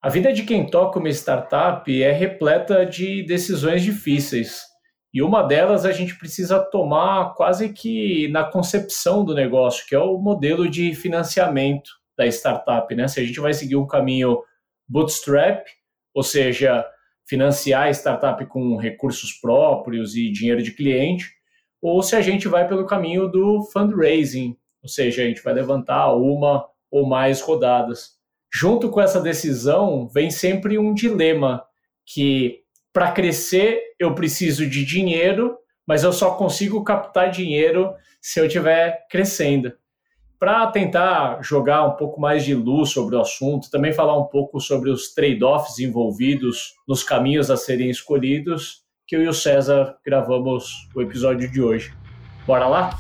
A vida de quem toca uma startup é repleta de decisões difíceis. E uma delas a gente precisa tomar quase que na concepção do negócio, que é o modelo de financiamento da startup, né? Se a gente vai seguir um caminho bootstrap, ou seja, financiar a startup com recursos próprios e dinheiro de cliente, ou se a gente vai pelo caminho do fundraising, ou seja, a gente vai levantar uma ou mais rodadas. Junto com essa decisão vem sempre um dilema que para crescer eu preciso de dinheiro, mas eu só consigo captar dinheiro se eu estiver crescendo. Para tentar jogar um pouco mais de luz sobre o assunto, também falar um pouco sobre os trade-offs envolvidos nos caminhos a serem escolhidos, que eu e o César gravamos o episódio de hoje. Bora lá?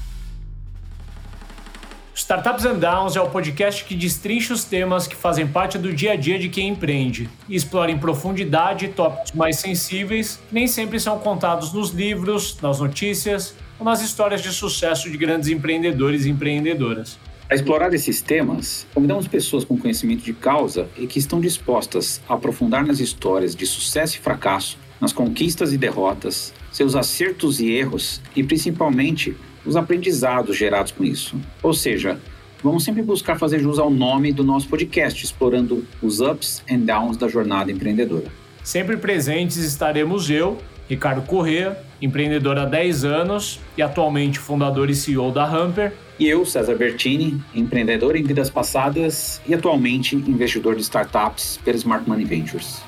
Startups and Downs é o podcast que destrincha os temas que fazem parte do dia a dia de quem empreende e explora em profundidade tópicos mais sensíveis que nem sempre são contados nos livros, nas notícias ou nas histórias de sucesso de grandes empreendedores e empreendedoras. Para explorar esses temas, convidamos pessoas com conhecimento de causa e que estão dispostas a aprofundar nas histórias de sucesso e fracasso, nas conquistas e derrotas, seus acertos e erros e, principalmente, os aprendizados gerados com isso. Ou seja, vamos sempre buscar fazer jus ao nome do nosso podcast, explorando os ups and downs da jornada empreendedora. Sempre presentes estaremos eu, Ricardo Corrêa, empreendedor há 10 anos e atualmente fundador e CEO da Hamper. E eu, César Bertini, empreendedor em vidas passadas e atualmente investidor de startups pela Smart Money Ventures.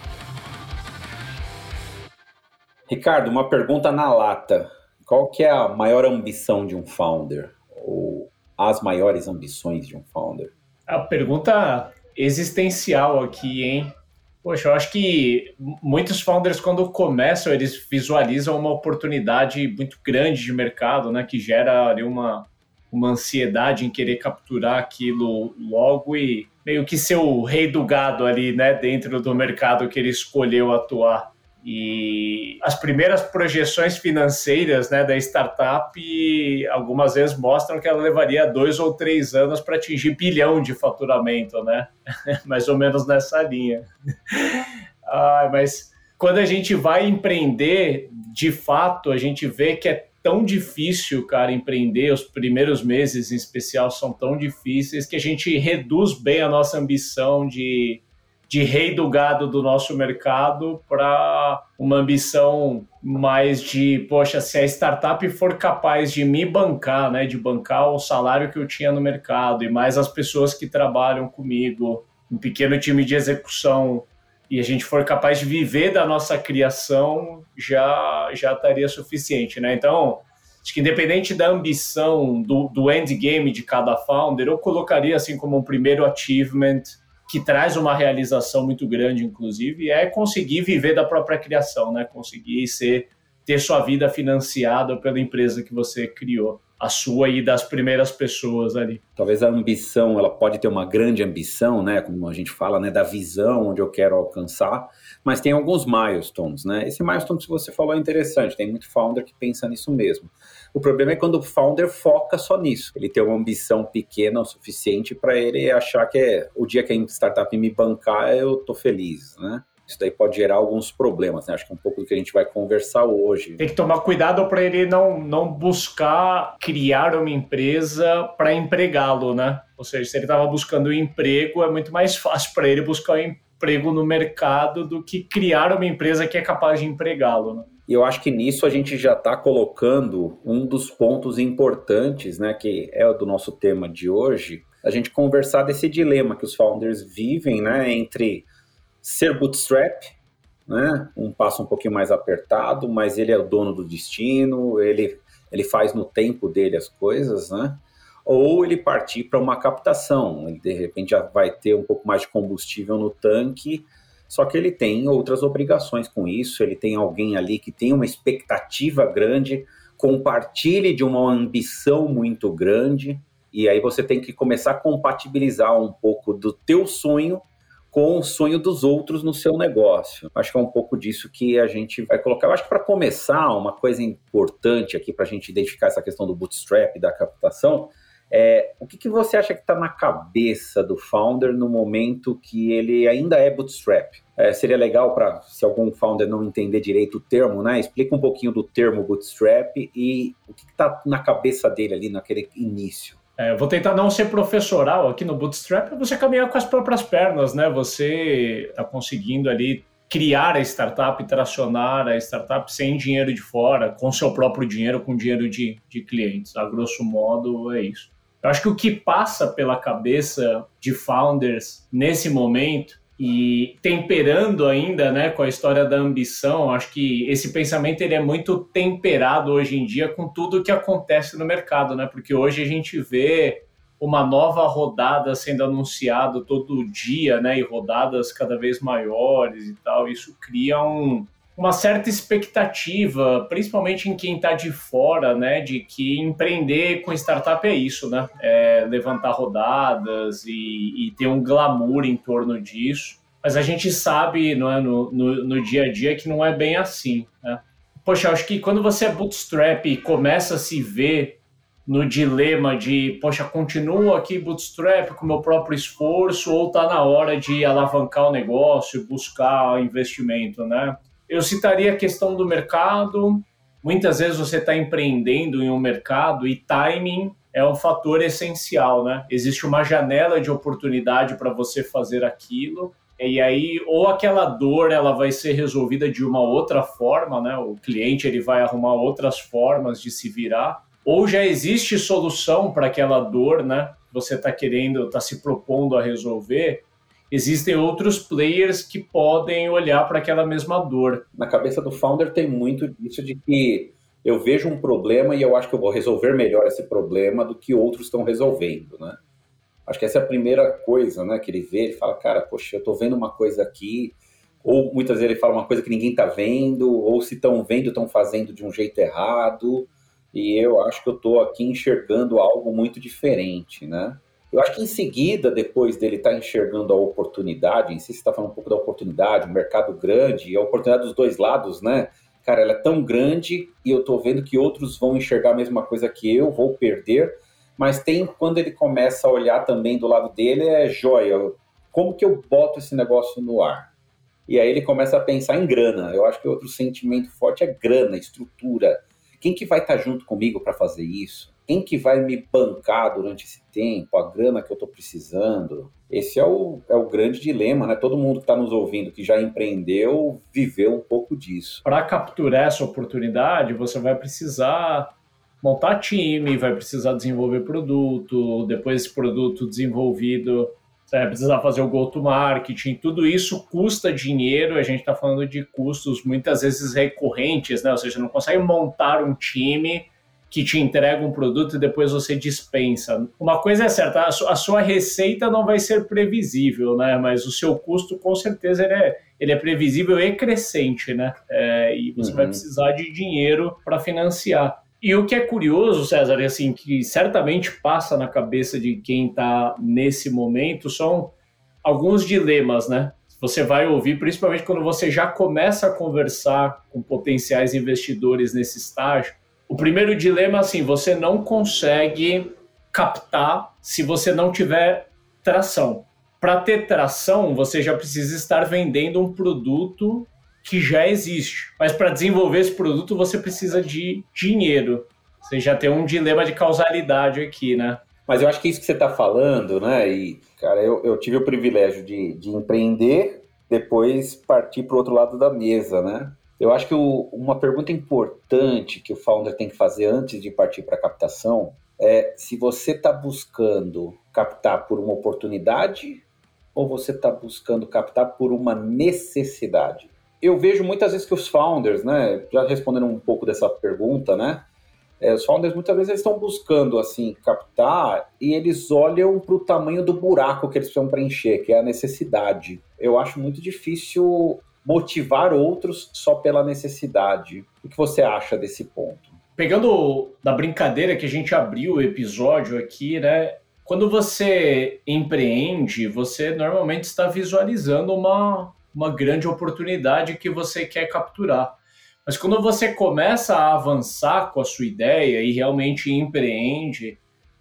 Ricardo, uma pergunta na lata. Qual que é a maior ambição de um founder? Ou as maiores ambições de um founder? A pergunta existencial aqui, hein? Poxa, eu acho que muitos founders, quando começam, eles visualizam uma oportunidade muito grande de mercado, né? Que gera ali uma ansiedade em querer capturar aquilo logo e meio que ser o rei do gado ali, né? Dentro do mercado que ele escolheu atuar. E as primeiras projeções financeiras, né, da startup algumas vezes mostram que ela levaria 2 ou 3 anos para atingir bilhão de faturamento, né? Mais ou menos nessa linha. Mas quando a gente vai empreender, de fato, a gente vê que é tão difícil, cara, empreender. Os primeiros meses, em especial, são tão difíceis que a gente reduz bem a nossa ambição de rei do gado do nosso mercado para uma ambição mais de, poxa, se a startup for capaz de me bancar, né, de bancar o salário que eu tinha no mercado e mais as pessoas que trabalham comigo, um pequeno time de execução, e a gente for capaz de viver da nossa criação, já estaria suficiente, né? Então, acho que independente da ambição do endgame de cada founder, eu colocaria assim como um primeiro achievement que traz uma realização muito grande, inclusive, é conseguir viver da própria criação, né? Conseguir ter sua vida financiada pela empresa que você criou, a sua e das primeiras pessoas ali. Talvez a ambição, ela pode ter uma grande ambição, né? Como a gente fala, né? Da visão, onde eu quero alcançar, mas tem alguns milestones, né? Esse milestone que você falou é interessante, tem muito founder que pensa nisso mesmo. O problema é quando o founder foca só nisso. Ele tem uma ambição pequena o suficiente para ele achar que o dia que a startup me bancar, eu tô feliz, né? Isso daí pode gerar alguns problemas, né? Acho que é um pouco do que a gente vai conversar hoje. Tem que tomar cuidado para ele não buscar criar uma empresa para empregá-lo, né? Ou seja, se ele estava buscando um emprego, é muito mais fácil para ele buscar um emprego no mercado do que criar uma empresa que é capaz de empregá-lo, né? E eu acho que nisso a gente já está colocando um dos pontos importantes, né, que é o do nosso tema de hoje, a gente conversar desse dilema que os founders vivem, né, entre ser bootstrap, né, um passo um pouquinho mais apertado, mas ele é o dono do destino, ele faz no tempo dele as coisas, né, ou ele partir para uma captação, ele de repente já vai ter um pouco mais de combustível no tanque, só que ele tem outras obrigações com isso, ele tem alguém ali que tem uma expectativa grande, compartilhe de uma ambição muito grande, e aí você tem que começar a compatibilizar um pouco do teu sonho com o sonho dos outros no seu negócio. Acho que é um pouco disso que a gente vai colocar. Eu acho que para começar, uma coisa importante aqui para a gente identificar essa questão do bootstrap, da captação, O que você acha que está na cabeça do founder no momento que ele ainda é bootstrap? Seria legal para, se algum founder não entender direito o termo, né? Explica um pouquinho do termo bootstrap e o que está na cabeça dele ali naquele início. Eu vou tentar não ser professoral aqui no bootstrap, você caminhar com as próprias pernas, né? Você está conseguindo ali criar a startup, tracionar a startup sem dinheiro de fora, com seu próprio dinheiro, com dinheiro de clientes. A grosso modo, é isso. Eu acho que o que passa pela cabeça de founders nesse momento, e temperando ainda, né, com a história da ambição, acho que esse pensamento ele é muito temperado hoje em dia com tudo o que acontece no mercado, né? Porque hoje a gente vê uma nova rodada sendo anunciada todo dia, né? E rodadas cada vez maiores e tal. Isso cria uma certa expectativa, principalmente em quem está de fora, né, de que empreender com startup é isso, né, levantar rodadas e ter um glamour em torno disso. Mas a gente sabe, não é, no dia a dia que não é bem assim, né? Poxa, acho que quando você é bootstrap e começa a se ver no dilema de, poxa, continuo aqui bootstrap com o meu próprio esforço ou está na hora de alavancar o negócio, buscar investimento, né? Eu citaria a questão do mercado. Muitas vezes você está empreendendo em um mercado e timing é um fator essencial, né? Existe uma janela de oportunidade para você fazer aquilo e aí ou aquela dor ela vai ser resolvida de uma outra forma, né? O cliente ele vai arrumar outras formas de se virar, ou já existe solução para aquela dor, né? Você está se propondo a resolver. Existem outros players que podem olhar para aquela mesma dor. Na cabeça do founder tem muito disso de que eu vejo um problema e eu acho que eu vou resolver melhor esse problema do que outros estão resolvendo, né? Acho que essa é a primeira coisa, né, que ele vê, ele fala, cara, poxa, eu estou vendo uma coisa aqui, ou muitas vezes ele fala uma coisa que ninguém está vendo, ou se estão vendo, estão fazendo de um jeito errado, e eu acho que eu estou aqui enxergando algo muito diferente, né? Eu acho que em seguida, depois dele estar enxergando a oportunidade, em si você está falando um pouco da oportunidade, o mercado grande, e a oportunidade dos dois lados, né? Cara, ela é tão grande e eu estou vendo que outros vão enxergar a mesma coisa que eu, vou perder, mas tem quando ele começa a olhar também do lado dele, joia, como que eu boto esse negócio no ar? E aí ele começa a pensar em grana. Eu acho que outro sentimento forte é grana, estrutura. Quem que vai estar junto comigo para fazer isso? Quem que vai me bancar durante esse tempo, a grana que eu estou precisando? Esse é o grande dilema, né? Todo mundo que está nos ouvindo, que já empreendeu, viveu um pouco disso. Para capturar essa oportunidade, você vai precisar montar time, vai precisar desenvolver produto, depois esse produto desenvolvido, você vai precisar fazer o go-to-marketing, tudo isso custa dinheiro, a gente está falando de custos muitas vezes recorrentes, né? Ou seja, não consegue montar um time que te entrega um produto e depois você dispensa. Uma coisa é certa, a sua receita não vai ser previsível, né? Mas o seu custo, com certeza, ele é previsível e crescente, né? E você vai precisar de dinheiro para financiar. E o que é curioso, César, é assim, que certamente passa na cabeça de quem está nesse momento, são alguns dilemas, né? Você vai ouvir, principalmente quando você já começa a conversar com potenciais investidores nesse estágio. O primeiro dilema, assim, você não consegue captar se você não tiver tração. Para ter tração, você já precisa estar vendendo um produto que já existe. Mas para desenvolver esse produto, você precisa de dinheiro. Você já tem um dilema de causalidade aqui, né? Mas eu acho que isso que você está falando, né? E, cara, eu tive o privilégio de empreender, depois partir para o outro lado da mesa, né? Eu acho que uma pergunta importante que o founder tem que fazer antes de partir para a captação é se você está buscando captar por uma oportunidade ou você está buscando captar por uma necessidade. Eu vejo muitas vezes que os founders, né, já respondendo um pouco dessa pergunta, né, os founders muitas vezes eles estão buscando assim captar e eles olham para o tamanho do buraco que eles precisam preencher, que é a necessidade. Eu acho muito difícil motivar outros só pela necessidade. O que você acha desse ponto? Pegando da brincadeira que a gente abriu o episódio aqui, né? Quando você empreende, você normalmente está visualizando uma grande oportunidade que você quer capturar. Mas quando você começa a avançar com a sua ideia e realmente empreende,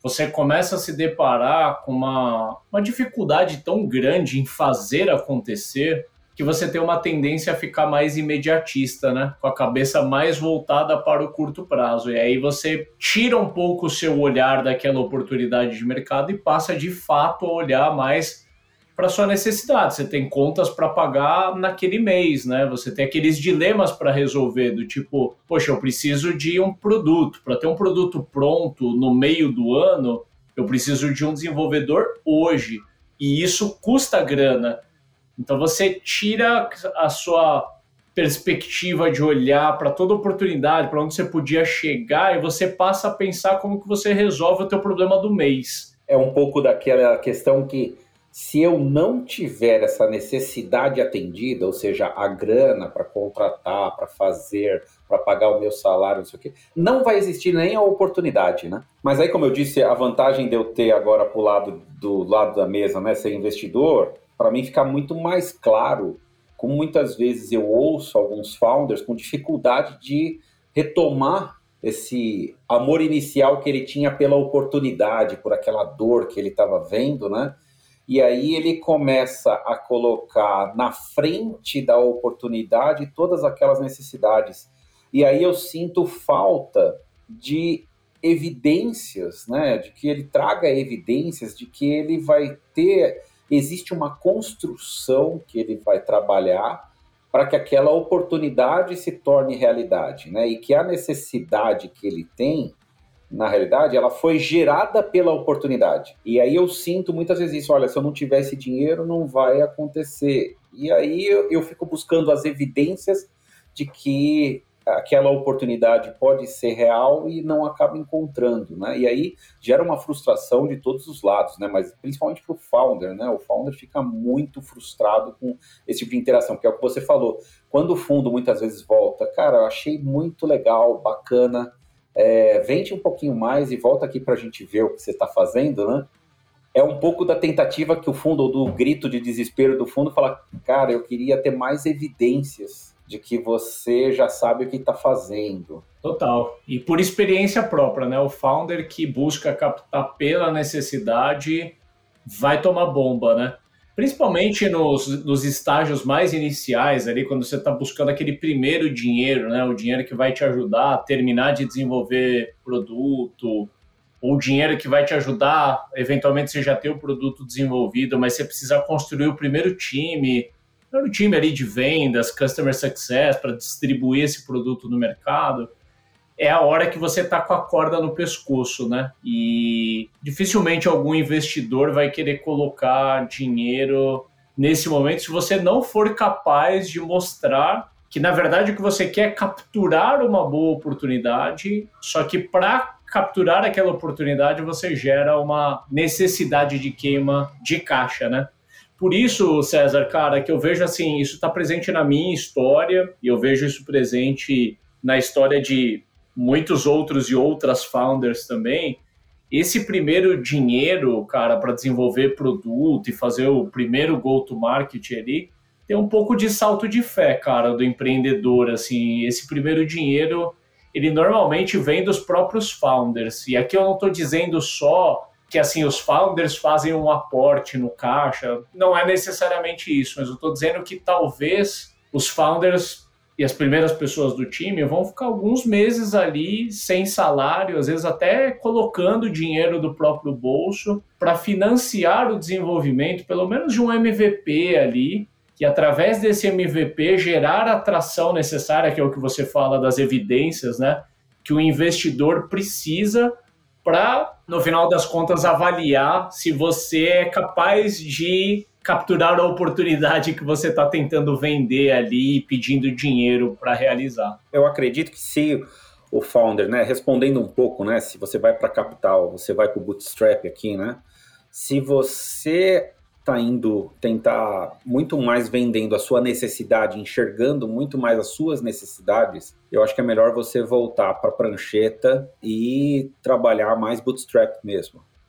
você começa a se deparar com uma dificuldade tão grande em fazer acontecer que você tem uma tendência a ficar mais imediatista, né? Com a cabeça mais voltada para o curto prazo. E aí você tira um pouco o seu olhar daquela oportunidade de mercado e passa de fato a olhar mais para sua necessidade. Você tem contas para pagar naquele mês, né? Você tem aqueles dilemas para resolver, do tipo, poxa, eu preciso de um produto. Para ter um produto pronto no meio do ano, eu preciso de um desenvolvedor hoje. E isso custa grana. Então você tira a sua perspectiva de olhar para toda oportunidade, para onde você podia chegar, e você passa a pensar como que você resolve o teu problema do mês. É um pouco daquela questão que, se eu não tiver essa necessidade atendida, ou seja, a grana para contratar, para fazer, para pagar o meu salário, não sei o quê, não vai existir nem a oportunidade, né? Mas aí, como eu disse, a vantagem de eu ter agora do lado da mesa, né, ser investidor, para mim fica muito mais claro, como muitas vezes eu ouço alguns founders com dificuldade de retomar esse amor inicial que ele tinha pela oportunidade, por aquela dor que ele estava vendo, né? E aí ele começa a colocar na frente da oportunidade todas aquelas necessidades. E aí eu sinto falta de evidências, né? De que ele traga evidências de que ele vai ter... Existe uma construção que ele vai trabalhar para que aquela oportunidade se torne realidade, né? E que a necessidade que ele tem, na realidade, ela foi gerada pela oportunidade. E aí eu sinto muitas vezes isso, olha, se eu não tiver esse dinheiro, não vai acontecer. E aí eu fico buscando as evidências de que aquela oportunidade pode ser real e não acaba encontrando, né? E aí gera uma frustração de todos os lados, né? Mas principalmente para o founder, né? O founder fica muito frustrado com esse tipo de interação, que é o que você falou. Quando o fundo muitas vezes volta, cara, eu achei muito legal, bacana, vende um pouquinho mais e volta aqui para a gente ver o que você está fazendo, né? É um pouco da tentativa que o fundo, ou do grito de desespero do fundo, fala, cara, eu queria ter mais evidências de que você já sabe o que está fazendo. Total. E por experiência própria, né? O founder que busca captar pela necessidade vai tomar bomba, né? Principalmente nos estágios mais iniciais, ali, quando você está buscando aquele primeiro dinheiro, né? O dinheiro que vai te ajudar a terminar de desenvolver produto, ou o dinheiro que vai te ajudar, eventualmente você já tem o produto desenvolvido, mas você precisa construir o primeiro time ali de vendas, customer success, para distribuir esse produto no mercado, é a hora que você está com a corda no pescoço, né? E dificilmente algum investidor vai querer colocar dinheiro nesse momento se você não for capaz de mostrar que, na verdade, o que você quer é capturar uma boa oportunidade, só que para capturar aquela oportunidade você gera uma necessidade de queima de caixa, né? Por isso, César, cara, que eu vejo assim, isso está presente na minha história e eu vejo isso presente na história de muitos outros e outras founders também. Esse primeiro dinheiro, cara, para desenvolver produto e fazer o primeiro go-to-market ali, tem um pouco de salto de fé, cara, do empreendedor, assim. Esse primeiro dinheiro, ele normalmente vem dos próprios founders. E aqui eu não estou dizendo só que assim os founders fazem um aporte no caixa, não é necessariamente isso, mas eu estou dizendo que talvez os founders e as primeiras pessoas do time vão ficar alguns meses ali sem salário, às vezes até colocando dinheiro do próprio bolso para financiar o desenvolvimento, pelo menos de um MVP ali, que através desse MVP gerar a atração necessária, que é o que você fala das evidências, né, que o investidor precisa para, no final das contas, avaliar se você é capaz de capturar a oportunidade que você está tentando vender ali, pedindo dinheiro para realizar. Eu acredito que se o founder, né, respondendo um pouco, né, se você vai para capital, você vai para o bootstrap aqui, né, se você está indo tentar muito mais vendendo a sua necessidade, enxergando muito mais as suas necessidades, eu acho que é melhor você voltar para a prancheta e trabalhar mais bootstrap mesmo.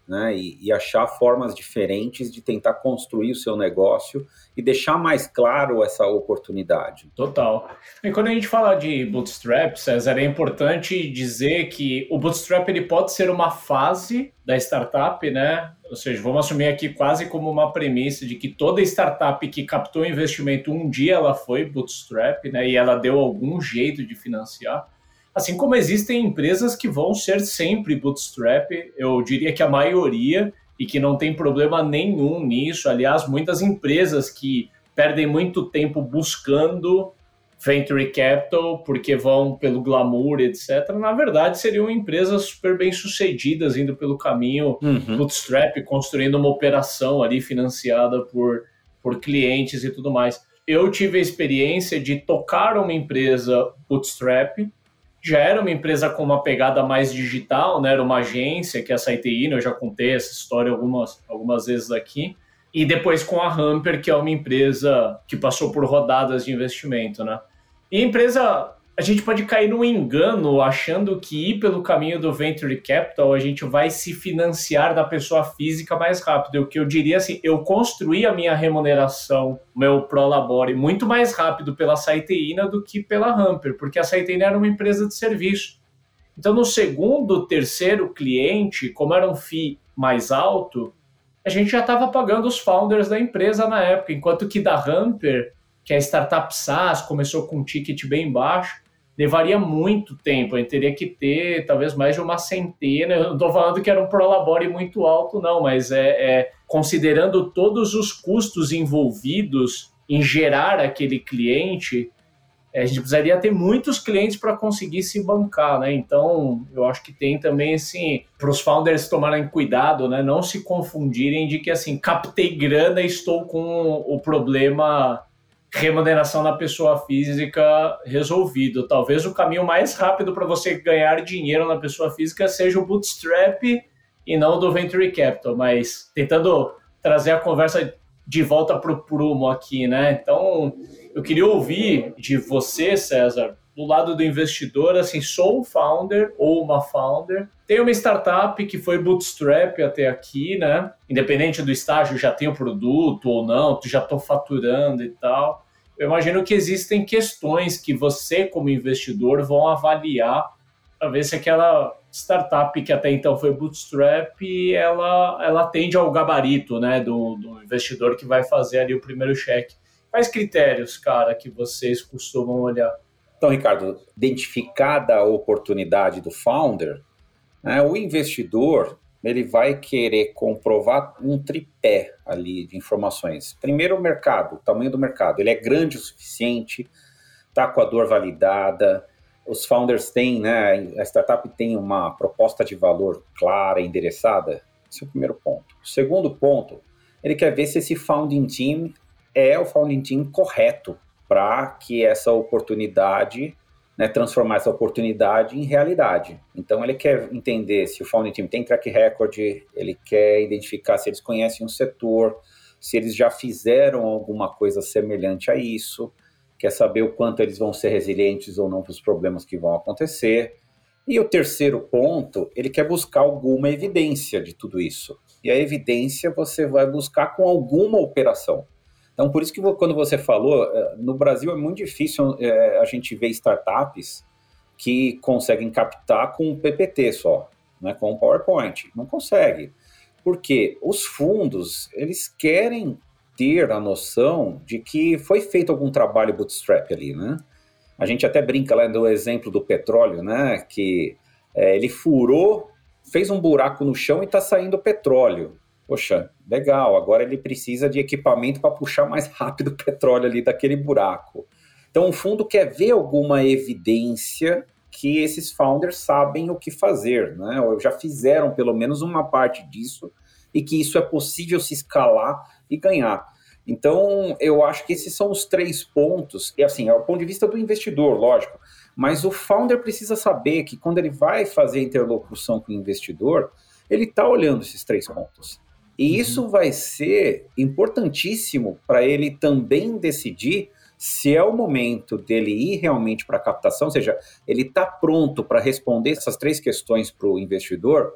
né? E achar formas diferentes de tentar construir o seu negócio e deixar mais claro essa oportunidade. Total. E quando a gente fala de bootstrap, César, é importante dizer que o bootstrap ele pode ser uma fase da startup, né? Ou seja, vamos assumir aqui quase como uma premissa de que toda startup que captou investimento um dia ela foi bootstrap, né? E ela deu algum jeito de financiar. Assim como existem empresas que vão ser sempre bootstrap, eu diria que a maioria, e que não tem problema nenhum nisso. Aliás, muitas empresas que perdem muito tempo buscando venture capital porque vão pelo glamour, etc. Na verdade, seriam empresas super bem-sucedidas indo pelo caminho bootstrap, construindo uma operação ali financiada por clientes e tudo mais. Eu tive a experiência de tocar uma empresa bootstrap. Já era uma empresa com uma pegada mais digital, né? Era uma agência, que é a SiteIn, eu já contei essa história algumas vezes aqui. E depois com a Hamper, que é uma empresa que passou por rodadas de investimento, né? E a empresa, a gente pode cair num engano achando que ir pelo caminho do Venture Capital, a gente vai se financiar da pessoa física mais rápido. O que eu diria assim, eu construí a minha remuneração, meu Prolabore, muito mais rápido pela SiteIn do que pela Hamper, porque a SiteIn era uma empresa de serviço. Então, no segundo, terceiro cliente, como era um FII mais alto, a gente já estava pagando os founders da empresa na época, enquanto que da Hamper, que é a startup SaaS, começou com um ticket bem baixo, levaria muito tempo, a gente teria que ter talvez mais de uma centena. Eu não estou falando que era um Prolabore muito alto, não, mas considerando todos os custos envolvidos em gerar aquele cliente, a gente precisaria ter muitos clientes para conseguir se bancar, né? Então, eu acho que tem também, assim, para os founders tomarem cuidado, né? Não se confundirem de que, assim, captei grana e estou com o problema remuneração na pessoa física resolvido. Talvez o caminho mais rápido para você ganhar dinheiro na pessoa física seja o bootstrap e não do venture capital, mas tentando trazer a conversa de volta para o prumo aqui, né? Então, eu queria ouvir de você, César, do lado do investidor, assim, sou um founder ou uma founder, tenho uma startup que foi bootstrap até aqui, né? Independente do estágio, já tenho produto ou não, já estou faturando e tal. Eu imagino que existem questões que você, como investidor, vão avaliar para ver se aquela startup que até então foi bootstrap, ela atende ao gabarito, né, do investidor que vai fazer ali o primeiro cheque. Quais critérios, cara, que vocês costumam olhar? Então, Ricardo, identificada a oportunidade do founder, né, o investidor ele vai querer comprovar um tripé ali de informações. Primeiro, o mercado, o tamanho do mercado. Ele é grande o suficiente, está com a dor validada, os founders têm, né, a startup tem uma proposta de valor clara, endereçada. Esse é o primeiro ponto. O segundo ponto, ele quer ver se esse founding team é o founding team correto para que essa oportunidade, né, transformar essa oportunidade em realidade. Então, ele quer entender se o founding team tem track record, ele quer identificar se eles conhecem o setor, se eles já fizeram alguma coisa semelhante a isso, quer saber o quanto eles vão ser resilientes ou não para os problemas que vão acontecer. E o terceiro ponto, ele quer buscar alguma evidência de tudo isso. E a evidência você vai buscar com alguma operação. Então, por isso que quando você falou, no Brasil é muito difícil a gente ver startups que conseguem captar com um PPT só, né, com um PowerPoint. Não consegue. Porque os fundos, eles querem ter a noção de que foi feito algum trabalho bootstrap ali, né? A gente até brinca lá do exemplo do petróleo, né? Que ele furou, fez um buraco no chão e está saindo petróleo. Poxa, legal, agora ele precisa de equipamento para puxar mais rápido o petróleo ali daquele buraco. Então o fundo quer ver alguma evidência que esses founders sabem o que fazer, né? Ou já fizeram pelo menos uma parte disso e que isso é possível se escalar e ganhar. Então, eu acho que esses são os 3 pontos, e assim, é o ponto de vista do investidor, lógico, mas o founder precisa saber que quando ele vai fazer interlocução com o investidor, ele está olhando esses 3 pontos. E isso vai ser importantíssimo para ele também decidir se é o momento dele ir realmente para a captação, ou seja, ele está pronto para responder essas 3 questões para o investidor,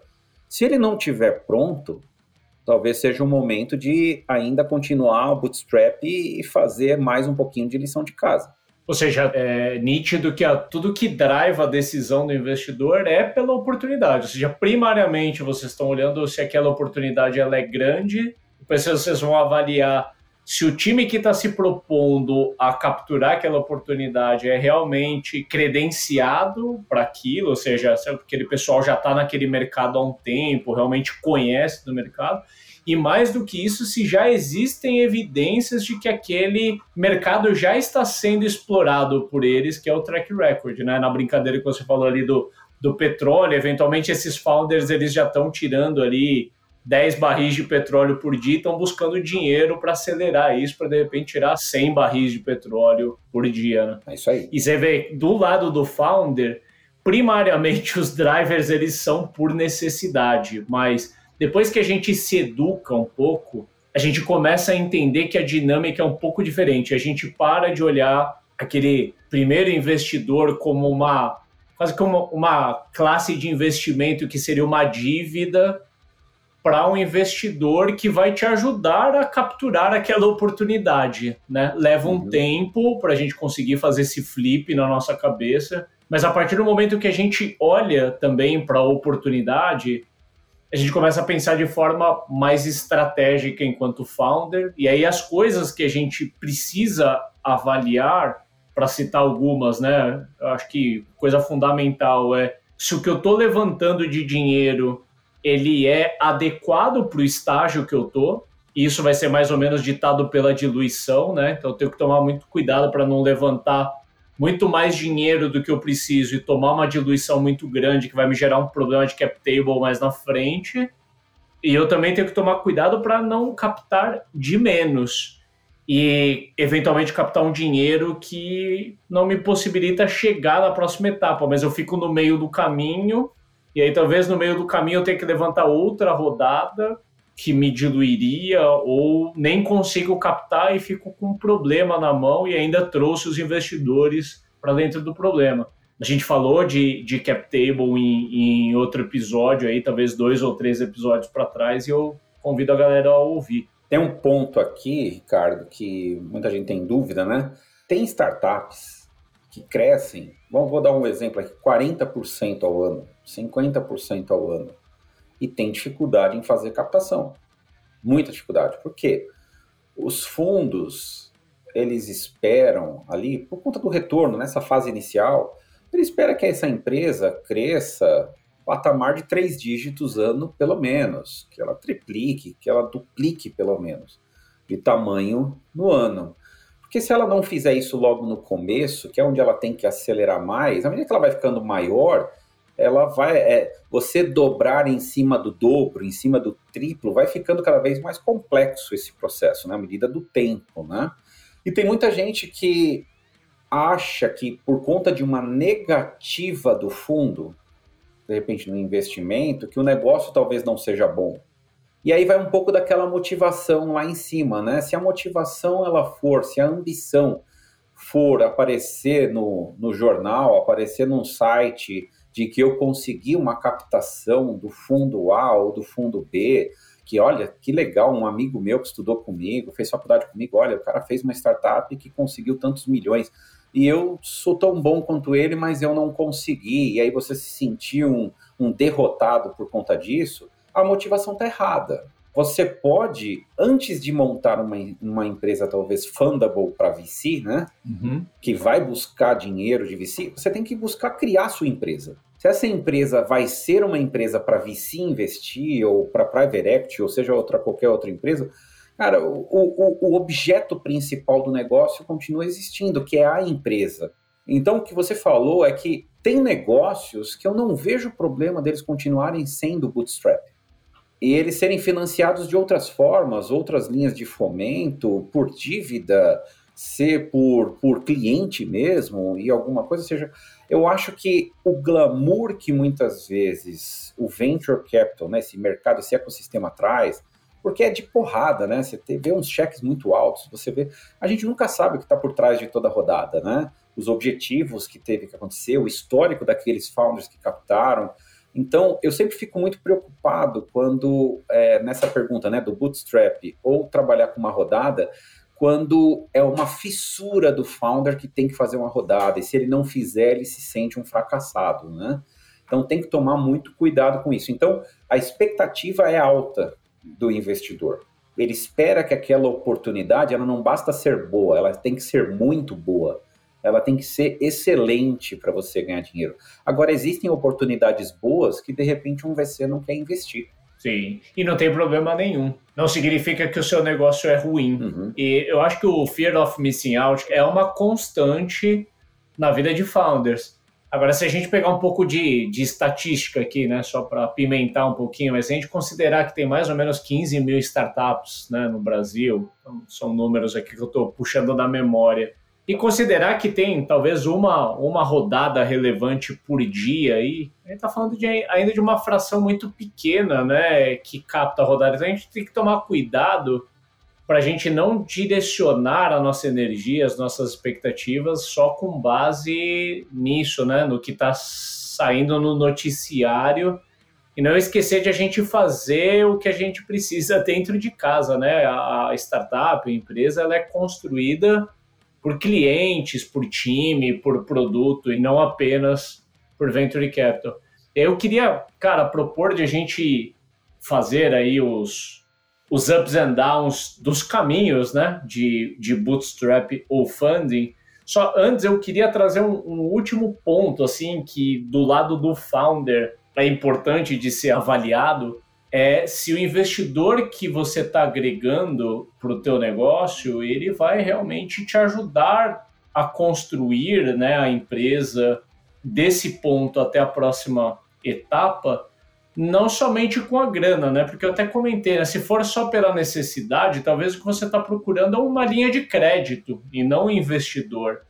Se ele não estiver pronto, talvez seja o momento de ainda continuar o bootstrap e fazer mais um pouquinho de lição de casa. Ou seja, é nítido que tudo que drive a decisão do investidor é pela oportunidade. Ou seja, primariamente vocês estão olhando se aquela oportunidade ela é grande, depois vocês vão avaliar se o time que está se propondo a capturar aquela oportunidade é realmente credenciado para aquilo, ou seja, se aquele pessoal já está naquele mercado há um tempo, realmente conhece do mercado. E mais do que isso, se já existem evidências de que aquele mercado já está sendo explorado por eles, que é o track record, né? Na brincadeira que você falou ali do petróleo, eventualmente esses founders eles já estão tirando ali 10 barris de petróleo por dia, estão buscando dinheiro para acelerar isso, para de repente tirar 100 barris de petróleo por dia, né? É isso aí. E você vê, do lado do founder, primariamente os drivers eles são por necessidade, mas depois que a gente se educa um pouco, a gente começa a entender que a dinâmica é um pouco diferente. A gente para de olhar aquele primeiro investidor como quase como uma classe de investimento que seria uma dívida para um investidor que vai te ajudar a capturar aquela oportunidade, né? Leva um tempo para a gente conseguir fazer esse flip na nossa cabeça, mas a partir do momento que a gente olha também para a oportunidade, a gente começa a pensar de forma mais estratégica enquanto founder, e aí as coisas que a gente precisa avaliar, para citar algumas, né? Eu acho que coisa fundamental é se o que eu estou levantando de dinheiro ele é adequado para o estágio que eu estou, e isso vai ser mais ou menos ditado pela diluição, né? Então eu tenho que tomar muito cuidado para não levantar muito mais dinheiro do que eu preciso e tomar uma diluição muito grande que vai me gerar um problema de cap table mais na frente. E eu também tenho que tomar cuidado para não captar de menos e eventualmente captar um dinheiro que não me possibilita chegar na próxima etapa, mas eu fico no meio do caminho e aí talvez no meio do caminho eu tenha que levantar outra rodada que me diluiria ou nem consigo captar e fico com um problema na mão e ainda trouxe os investidores para dentro do problema. A gente falou de cap table em outro episódio, aí, talvez 2 ou 3 episódios para trás, e eu convido a galera a ouvir. Tem um ponto aqui, Ricardo, que muita gente tem dúvida, né? Tem startups que crescem, vou dar um exemplo aqui, 40% ao ano, 50% ao ano. E tem dificuldade em fazer captação. Muita dificuldade. Por quê? Os fundos, eles esperam ali, por conta do retorno, nessa fase inicial, ele espera que essa empresa cresça patamar de 3 dígitos ano, pelo menos. Que ela triplique, que ela duplique, pelo menos, de tamanho no ano. Porque se ela não fizer isso logo no começo, que é onde ela tem que acelerar mais, à medida que ela vai ficando maior, ela vai, você dobrar em cima do dobro, em cima do triplo, vai ficando cada vez mais complexo esse processo, né, à medida do tempo, né? E tem muita gente que acha que por conta de uma negativa do fundo, de repente no investimento, que o negócio talvez não seja bom. E aí vai um pouco daquela motivação lá em cima, né? Se a motivação ela for, se a ambição for aparecer no jornal, aparecer num site de que eu consegui uma captação do fundo A ou do fundo B, que olha, que legal, um amigo meu que estudou comigo, fez faculdade comigo, olha, o cara fez uma startup que conseguiu tantos milhões, e eu sou tão bom quanto ele, mas eu não consegui, e aí você se sentiu um derrotado por conta disso, a motivação está errada. Você pode, antes de montar uma empresa talvez fundable para VC, né? Que vai buscar dinheiro de VC, você tem que buscar criar a sua empresa. Se essa empresa vai ser uma empresa para VC investir, ou para private equity, ou seja, qualquer outra empresa, cara, o objeto principal do negócio continua existindo, que é a empresa. Então, o que você falou é que tem negócios que eu não vejo problema deles continuarem sendo bootstrap. E eles serem financiados de outras formas, outras linhas de fomento, por dívida, ser por cliente mesmo, e alguma coisa, ou seja, eu acho que o glamour que muitas vezes o venture capital, né, esse mercado, esse ecossistema traz, porque é de porrada, né, você vê uns cheques muito altos, você vê, a gente nunca sabe o que está por trás de toda a rodada, né, os objetivos que teve que acontecer, o histórico daqueles founders que captaram. Então, eu sempre fico muito preocupado quando, nessa pergunta, né, do bootstrap ou trabalhar com uma rodada, quando é uma fissura do founder que tem que fazer uma rodada, e se ele não fizer, ele se sente um fracassado, né? Então, tem que tomar muito cuidado com isso. Então, a expectativa é alta do investidor. Ele espera que aquela oportunidade, ela não basta ser boa, ela tem que ser muito boa. Ela tem que ser excelente para você ganhar dinheiro. Agora, existem oportunidades boas que, de repente, um VC não quer investir. Sim, e não tem problema nenhum. Não significa que o seu negócio é ruim. Uhum. E eu acho que o fear of missing out é uma constante na vida de founders. Agora, se a gente pegar um pouco de estatística aqui, né, só para apimentar um pouquinho, mas se a gente considerar que tem mais ou menos 15 mil startups, né, no Brasil, então, são números aqui que eu estou puxando da memória, e considerar que tem talvez uma rodada relevante por dia, aí a gente está falando ainda de uma fração muito pequena, né, que capta a rodada. Então a gente tem que tomar cuidado para a gente não direcionar a nossa energia, as nossas expectativas só com base nisso, né, no que está saindo no noticiário, e não esquecer de a gente fazer o que a gente precisa dentro de casa, né? A startup, a empresa, ela é construída por clientes, por time, por produto, e não apenas por venture capital. Eu queria, cara, propor de a gente fazer aí os ups and downs dos caminhos, né, de bootstrap ou funding. Só antes eu queria trazer um último ponto, assim, que do lado do founder é importante de ser avaliado, é se o investidor que você está agregando para o teu negócio, ele vai realmente te ajudar a construir, né, a empresa desse ponto até a próxima etapa, não somente com a grana, né? Porque eu até comentei, né, se for só pela necessidade, talvez o que você está procurando é uma linha de crédito e não um investidor.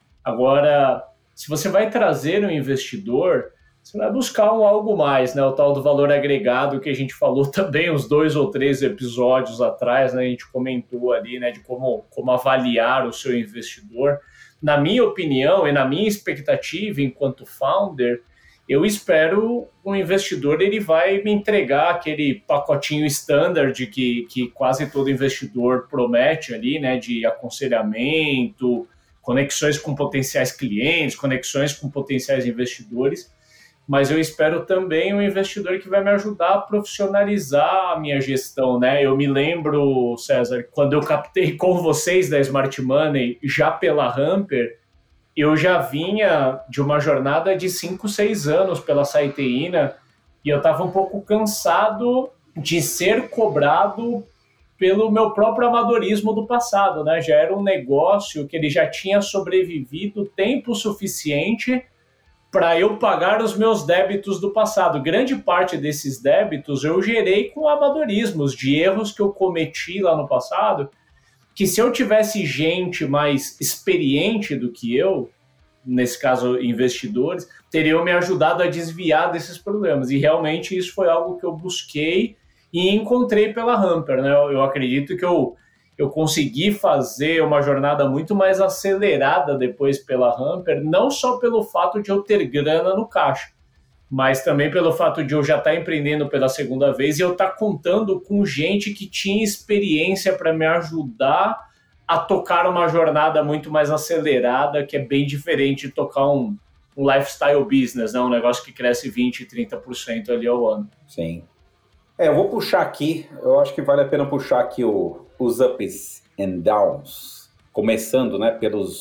Agora, se você vai trazer um investidor, você vai buscar algo mais, né? O tal do valor agregado que a gente falou também uns 2 ou 3 episódios atrás, né? A gente comentou ali, né, de como avaliar o seu investidor. Na minha opinião e na minha expectativa enquanto founder, eu espero um investidor, ele vai me entregar aquele pacotinho standard que quase todo investidor promete ali, né, de aconselhamento, conexões com potenciais clientes, conexões com potenciais investidores, mas eu espero também um investidor que vai me ajudar a profissionalizar a minha gestão, né? Eu me lembro, César, quando eu captei com vocês da Smart Money, já pela Hamper, eu já vinha de uma jornada de 5, 6 anos pela Saiteína e eu estava um pouco cansado de ser cobrado pelo meu próprio amadorismo do passado, né? Já era um negócio que ele já tinha sobrevivido tempo suficiente para eu pagar os meus débitos do passado. Grande parte desses débitos eu gerei com amadorismos, de erros que eu cometi lá no passado, que se eu tivesse gente mais experiente do que eu, nesse caso investidores, teriam me ajudado a desviar desses problemas. E realmente isso foi algo que eu busquei e encontrei pela Hamper, né? Eu acredito que eu consegui fazer uma jornada muito mais acelerada depois pela Hamper, não só pelo fato de eu ter grana no caixa, mas também pelo fato de eu já estar empreendendo pela segunda vez e eu estar contando com gente que tinha experiência para me ajudar a tocar uma jornada muito mais acelerada, que é bem diferente de tocar um lifestyle business, né? Um negócio que cresce 20%, 30% ali ao ano. Sim. Eu vou puxar aqui, eu acho que vale a pena puxar aqui os ups and downs, começando, né,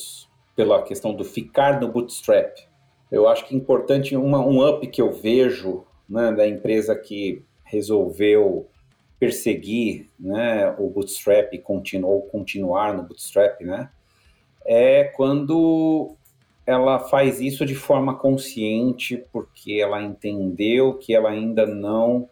pela questão do ficar no bootstrap. Eu acho que é importante um up que eu vejo, né, da empresa que resolveu perseguir, né, o bootstrap e continuar no bootstrap, né, é quando ela faz isso de forma consciente, porque ela entendeu que ela ainda não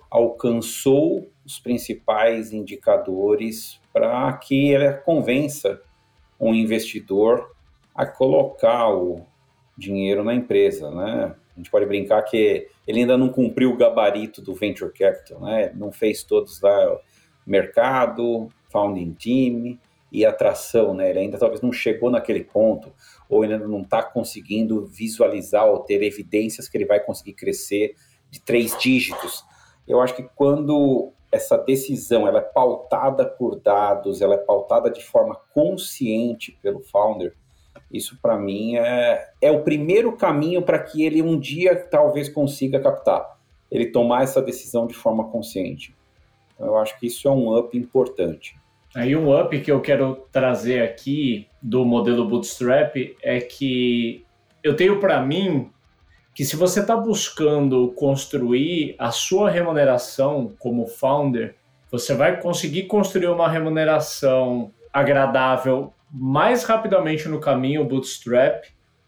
alcançou os principais indicadores para que ela convença um investidor a colocar o dinheiro na empresa, né? A gente pode brincar que ele ainda não cumpriu o gabarito do Venture Capital, né? Não fez todos lá mercado, founding team e atração, né? Ele ainda talvez não chegou naquele ponto, ou ainda não está conseguindo visualizar ou ter evidências que ele vai conseguir crescer de 3 dígitos. Eu acho que quando essa decisão ela é pautada por dados, ela é pautada de forma consciente pelo founder, isso para mim é o primeiro caminho para que ele um dia talvez consiga captar, ele tomar essa decisão de forma consciente. Então, eu acho que isso é um up importante. Aí um up que eu quero trazer aqui do modelo Bootstrap é que eu tenho para mim que se você está buscando construir a sua remuneração como founder, você vai conseguir construir uma remuneração agradável mais rapidamente no caminho Bootstrap,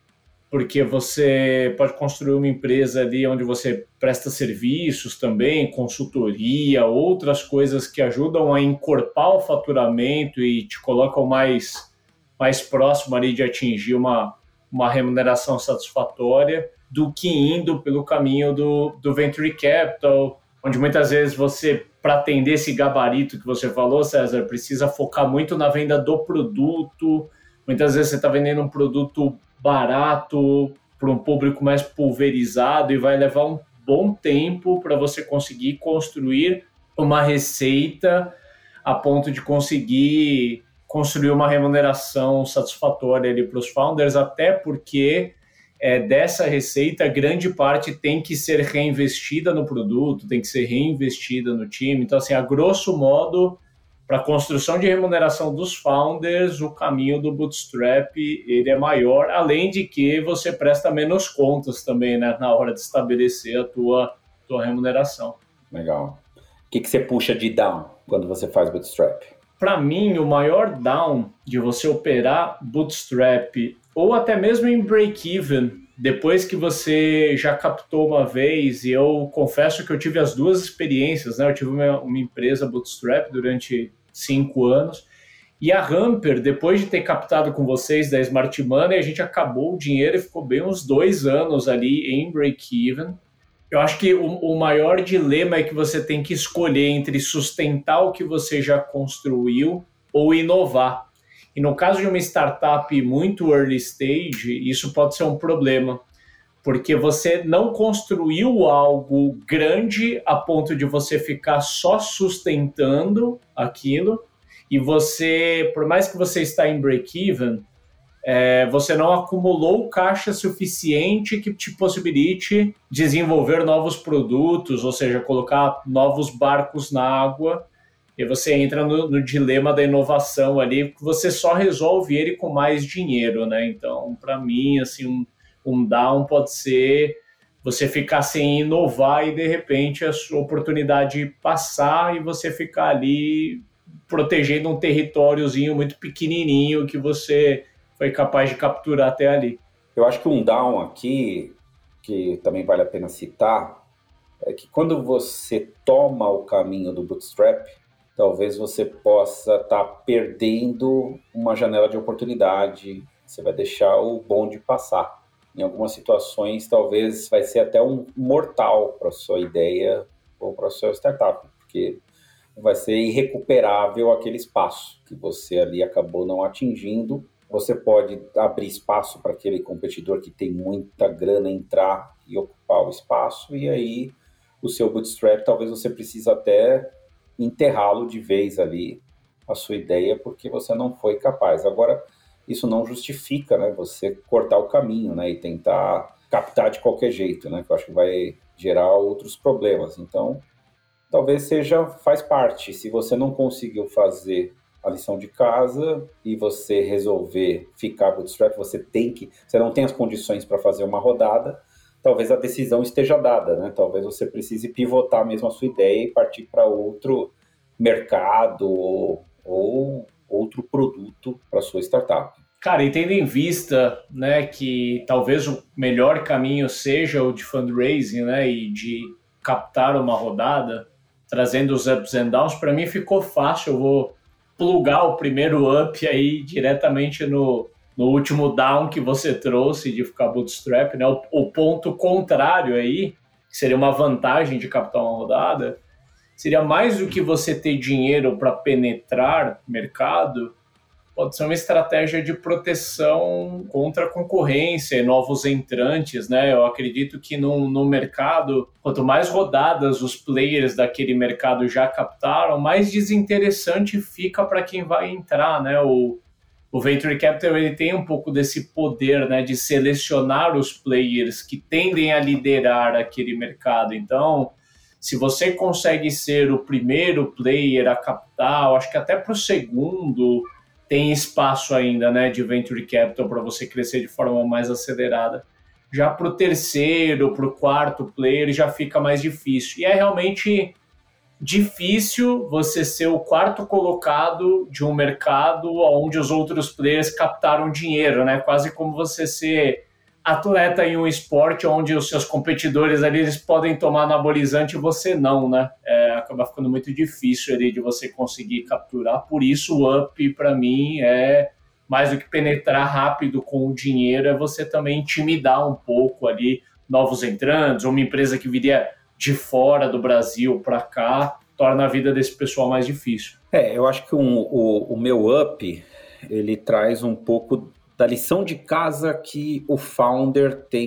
porque você pode construir uma empresa ali onde você presta serviços também, consultoria, outras coisas que ajudam a encorpar o faturamento e te colocam mais próximo ali de atingir uma remuneração satisfatória, do que indo pelo caminho do Venture Capital, onde muitas vezes você, para atender esse gabarito que você falou, César, precisa focar muito na venda do produto. Muitas vezes você está vendendo um produto barato para um público mais pulverizado e vai levar um bom tempo para você conseguir construir uma receita a ponto de conseguir construir uma remuneração satisfatória ali para os founders, até porque dessa receita, grande parte tem que ser reinvestida no produto, tem que ser reinvestida no time. Então, assim, a grosso modo, para a construção de remuneração dos founders, o caminho do Bootstrap ele é maior, além de que você presta menos contas também, né, na hora de estabelecer a tua remuneração. Legal. O que você puxa de down quando você faz Bootstrap? Para mim, o maior down de você operar Bootstrap ou até mesmo em break-even, depois que você já captou uma vez, e eu confesso que eu tive as duas experiências, né? Eu tive uma empresa Bootstrap durante 5 anos, e a Hamper, depois de ter captado com vocês da Smart Money, a gente acabou o dinheiro e ficou bem uns 2 anos ali em break-even. Eu acho que o maior dilema é que você tem que escolher entre sustentar o que você já construiu ou inovar. E no caso de uma startup muito early stage, isso pode ser um problema, porque você não construiu algo grande a ponto de você ficar só sustentando aquilo, e você, por mais que você está em break-even, você não acumulou caixa suficiente que te possibilite desenvolver novos produtos, ou seja, colocar novos barcos na água, e você entra no dilema da inovação ali, porque você só resolve ele com mais dinheiro, né? Então, para mim, assim, um down pode ser você ficar sem inovar e, de repente, a sua oportunidade passar e você ficar ali protegendo um territóriozinho muito pequenininho que você foi capaz de capturar até ali. Eu acho que um down aqui, que também vale a pena citar, é que quando você toma o caminho do Bootstrap, talvez você possa estar perdendo uma janela de oportunidade, você vai deixar o bonde passar. Em algumas situações, talvez vai ser até um mortal para a sua ideia ou para a sua startup, porque vai ser irrecuperável aquele espaço que você ali acabou não atingindo. Você pode abrir espaço para aquele competidor que tem muita grana entrar e ocupar o espaço, e aí o seu bootstrap talvez você precise até enterrá-lo de vez ali, a sua ideia, porque você não foi capaz. Agora, isso não justifica, né, você cortar o caminho, né, e tentar captar de qualquer jeito, né, que eu acho que vai gerar outros problemas. Então, talvez faz parte. Se você não conseguiu fazer a lição de casa e você resolver ficar bootstrap, você não tem as condições para fazer uma rodada, talvez a decisão esteja dada, né? Talvez você precise pivotar mesmo a sua ideia e partir para outro mercado ou outro produto para sua startup. Cara, e tendo em vista, né, que talvez o melhor caminho seja o de fundraising, né, e de captar uma rodada, trazendo os ups and downs, para mim ficou fácil. Eu vou plugar o primeiro up aí diretamente no último down que você trouxe de ficar bootstrap, né? O ponto contrário aí, que seria uma vantagem de captar uma rodada, seria mais do que você ter dinheiro para penetrar mercado, pode ser uma estratégia de proteção contra a concorrência e novos entrantes, né? Eu acredito que no mercado, quanto mais rodadas os players daquele mercado já captaram, mais desinteressante fica para quem vai entrar, né? O Venture Capital ele tem um pouco desse poder, né, de selecionar os players que tendem a liderar aquele mercado. Então, se você consegue ser o primeiro player a captar, eu acho que até para o segundo tem espaço ainda, né, de Venture Capital para você crescer de forma mais acelerada. Já para o terceiro, para o quarto player já fica mais difícil. E é realmente difícil você ser o quarto colocado de um mercado onde os outros players captaram dinheiro, né? Quase como você ser atleta em um esporte onde os seus competidores ali eles podem tomar anabolizante e você não, né? Acaba ficando muito difícil ali de você conseguir capturar. Por isso o up, para mim, é mais do que penetrar rápido com o dinheiro, é você também intimidar um pouco ali novos entrantes, uma empresa que viria de fora do Brasil para cá, torna a vida desse pessoal mais difícil. Eu acho que o meu up, ele traz um pouco da lição de casa que os founders têm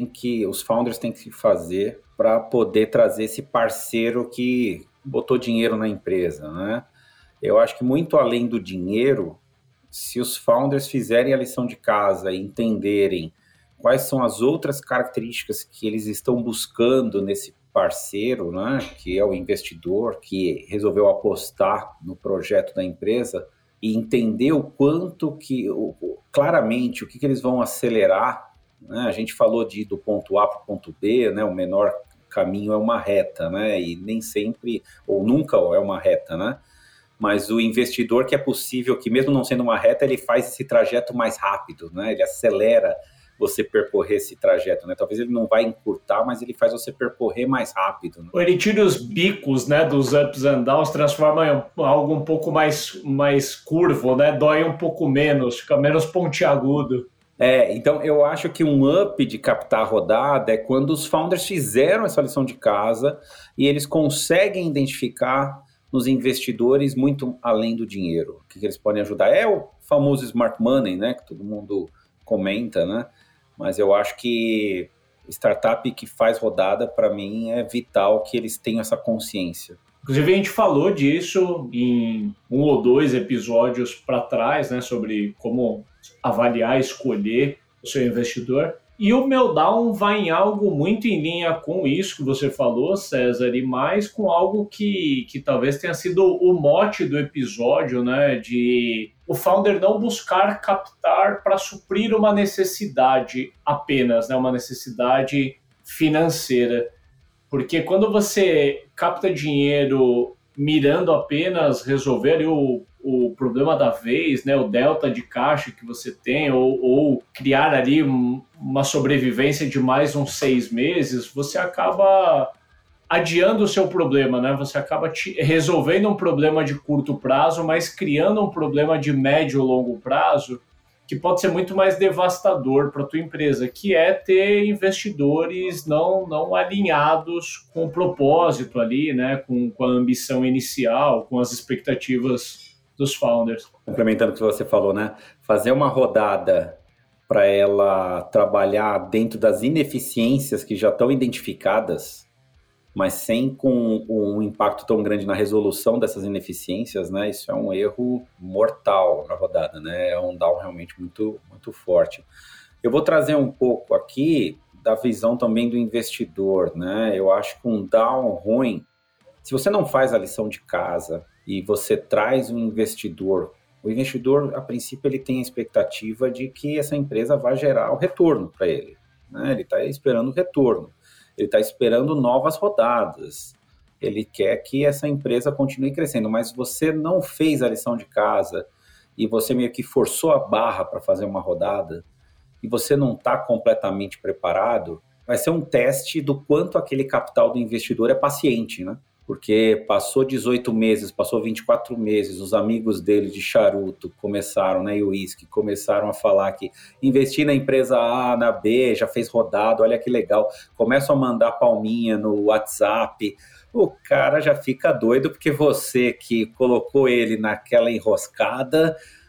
que fazer para poder trazer esse parceiro que botou dinheiro na empresa, né? Eu acho que muito além do dinheiro, se os founders fizerem a lição de casa e entenderem quais são as outras características que eles estão buscando nesse parceiro, né, que é o investidor que resolveu apostar no projeto da empresa e entender o quanto que, claramente, o que eles vão acelerar, né? A gente falou do ponto A para o ponto B, né? O menor caminho é uma reta, né? E nem sempre, ou nunca é uma reta, né? Mas o investidor que é possível que, mesmo não sendo uma reta, ele faz esse trajeto mais rápido, né? Ele acelera você percorrer esse trajeto, né? Talvez ele não vai encurtar, mas ele faz você percorrer mais rápido, né? Ele tira os bicos, né, dos ups and downs, transforma em algo um pouco mais curvo, né? Dói um pouco menos, fica menos pontiagudo. Então eu acho que um up de captar a rodada é quando os founders fizeram essa lição de casa e eles conseguem identificar nos investidores muito além do dinheiro. O que eles podem ajudar? É o famoso smart money, né? Que todo mundo comenta, né? Mas eu acho que startup que faz rodada, para mim, é vital que eles tenham essa consciência. Inclusive, a gente falou disso em 1 ou 2 episódios para trás, né? Sobre como avaliar, escolher o seu investidor. E o Meltdown vai em algo muito em linha com isso que você falou, César, e mais com algo que talvez tenha sido o mote do episódio, né? De o founder não buscar captar para suprir uma necessidade apenas, né? Uma necessidade financeira. Porque quando você capta dinheiro mirando apenas resolver ali o problema da vez, né, o delta de caixa que você tem, ou criar ali uma sobrevivência de mais uns 6 meses, você acaba adiando o seu problema, né? Você acaba resolvendo um problema de curto prazo, mas criando um problema de médio ou longo prazo que pode ser muito mais devastador para a tua empresa, que é ter investidores não alinhados com o propósito ali, né? Com a ambição inicial, com as expectativas dos founders. Complementando o que você falou, né? Fazer uma rodada para ela trabalhar dentro das ineficiências que já estão identificadas, mas sem com um impacto tão grande na resolução dessas ineficiências, né? Isso é um erro mortal na rodada, né? É um down realmente muito, muito forte. Eu vou trazer um pouco aqui da visão também do investidor, né? Eu acho que um down ruim, se você não faz a lição de casa e você traz um investidor, o investidor, a princípio, ele tem a expectativa de que essa empresa vai gerar o retorno para ele, né? Ele está esperando o retorno. Ele está esperando novas rodadas, ele quer que essa empresa continue crescendo, mas você não fez a lição de casa e você meio que forçou a barra para fazer uma rodada e você não está completamente preparado, vai ser um teste do quanto aquele capital do investidor é paciente, né? Porque passou 18 meses, passou 24 meses, os amigos dele de charuto começaram, né, e uísque, começaram a falar que investir na empresa A, na B, já fez rodado, olha que legal. Começam a mandar palminha no WhatsApp, o cara já fica doido porque você que colocou ele naquela enroscada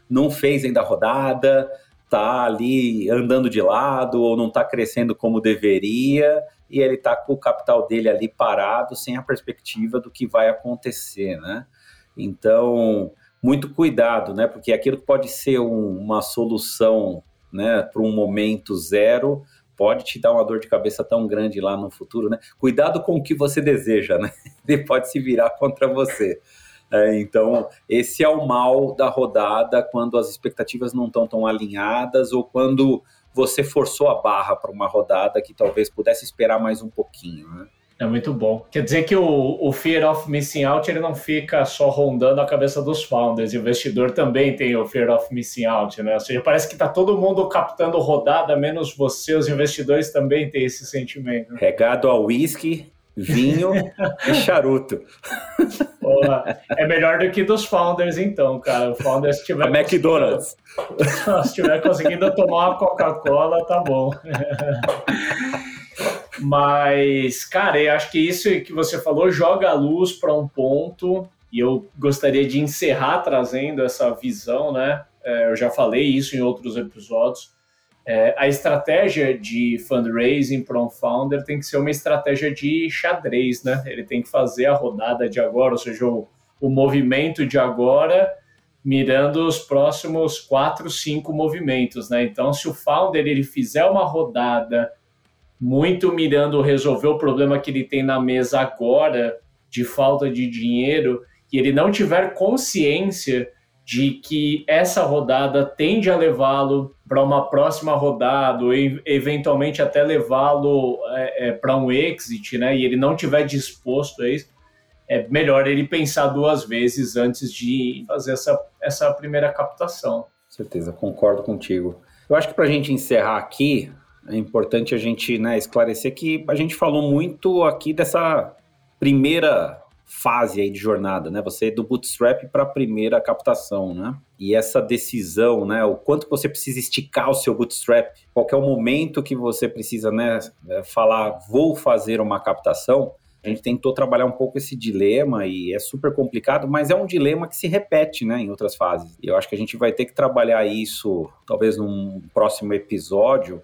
não fez ainda a rodada, está ali andando de lado ou não está crescendo como deveria, e ele está com o capital dele ali parado, sem a perspectiva do que vai acontecer, né? Então, muito cuidado, né? Porque aquilo que pode ser uma solução, né, para um momento zero, pode te dar uma dor de cabeça tão grande lá no futuro, né? Cuidado com o que você deseja, né? Ele pode se virar contra você. Então, esse é o mal da rodada, quando as expectativas não estão tão alinhadas ou quando você forçou a barra para uma rodada que talvez pudesse esperar mais um pouquinho, né? É muito bom. Quer dizer que o Fear of Missing Out ele não fica só rondando a cabeça dos founders. O investidor também tem o Fear of Missing Out, né? Ou seja, parece que está todo mundo captando rodada, menos você. Os investidores também têm esse sentimento. Regado a whisky, vinho e charuto. Porra, é melhor do que dos founders, então, cara. O founder, se tiver... A McDonald's. Se tiver conseguindo tomar uma Coca-Cola, tá bom. Mas, cara, eu acho que isso que você falou joga a luz para um ponto, e eu gostaria de encerrar trazendo essa visão, né? Eu já falei isso em outros episódios. A estratégia de fundraising para um founder tem que ser uma estratégia de xadrez, né? Ele tem que fazer a rodada de agora, ou seja, o movimento de agora, mirando os próximos 4, 5 movimentos, né? Então, se o founder ele fizer uma rodada muito mirando resolver o problema que ele tem na mesa agora, de falta de dinheiro, e ele não tiver consciência de que essa rodada tende a levá-lo para uma próxima rodada, ou eventualmente até levá-lo para um exit, né? E ele não tiver disposto a isso, é melhor ele pensar 2 vezes antes de fazer essa primeira captação. Com certeza, concordo contigo. Eu acho que para a gente encerrar aqui, é importante a gente, né, esclarecer que a gente falou muito aqui dessa primeira fase aí de jornada, né? Você do bootstrap para a primeira captação, né? E essa decisão, né? O quanto você precisa esticar o seu bootstrap, qual é o momento que você precisa, né, falar, vou fazer uma captação. A gente tentou trabalhar um pouco esse dilema e é super complicado, mas é um dilema que se repete, né, em outras fases. E eu acho que a gente vai ter que trabalhar isso, talvez num próximo episódio,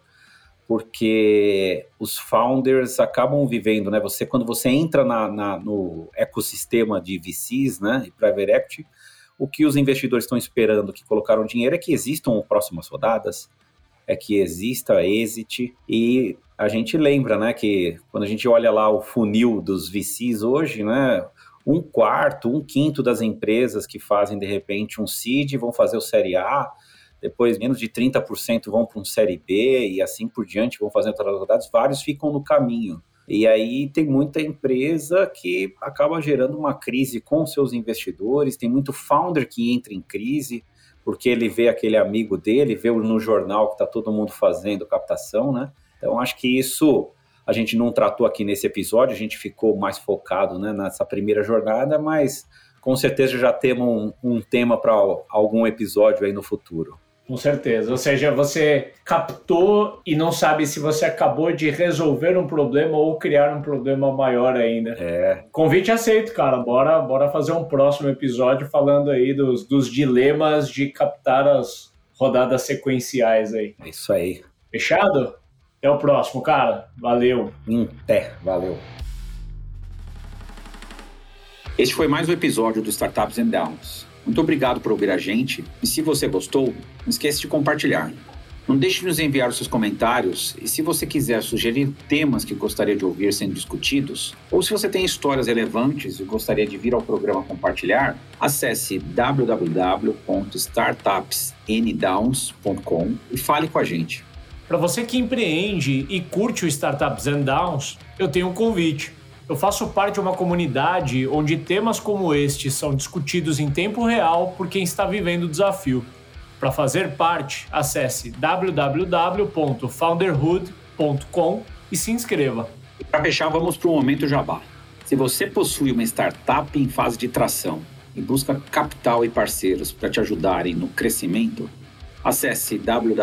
porque os founders acabam vivendo, né? Quando você entra no ecossistema de VCs, né, e private equity, o que os investidores estão esperando que colocaram dinheiro é que existam próximas rodadas, é que exista exit, e a gente lembra, né, que quando a gente olha lá o funil dos VCs hoje, né, 1/4, 1/5 das empresas que fazem de repente um seed vão fazer o série A, depois menos de 30% vão para um série B e assim por diante, vão fazendo outras rodadas, vários ficam no caminho. E aí tem muita empresa que acaba gerando uma crise com seus investidores, tem muito founder que entra em crise, porque ele vê aquele amigo dele, vê no jornal que está todo mundo fazendo captação, né? Então acho que isso a gente não tratou aqui nesse episódio, a gente ficou mais focado, né, nessa primeira jornada, mas com certeza já temos um tema para algum episódio aí no futuro. Com certeza, ou seja, você captou e não sabe se você acabou de resolver um problema ou criar um problema maior ainda. Convite aceito, cara, bora fazer um próximo episódio falando aí dos dilemas de captar as rodadas sequenciais aí. É isso aí. Fechado? Até o próximo, cara. Valeu. Valeu. Este foi mais um episódio do Startups and Downs. Muito obrigado por ouvir a gente, e se você gostou, não esqueça de compartilhar. Não deixe de nos enviar os seus comentários, e se você quiser sugerir temas que gostaria de ouvir sendo discutidos, ou se você tem histórias relevantes e gostaria de vir ao programa compartilhar, acesse www.startupsndowns.com e fale com a gente. Para você que empreende e curte o Startups and Downs, eu tenho um convite. Eu faço parte de uma comunidade onde temas como este são discutidos em tempo real por quem está vivendo o desafio. Para fazer parte, acesse www.founderhood.com e se inscreva. E para fechar, vamos para o Momento Jabá. Se você possui uma startup em fase de tração e busca capital e parceiros para te ajudarem no crescimento, acesse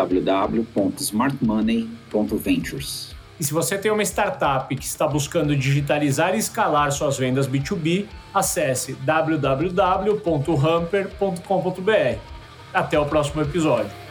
www.smartmoney.ventures. E se você tem uma startup que está buscando digitalizar e escalar suas vendas B2B, acesse www.hamper.com.br. Até o próximo episódio.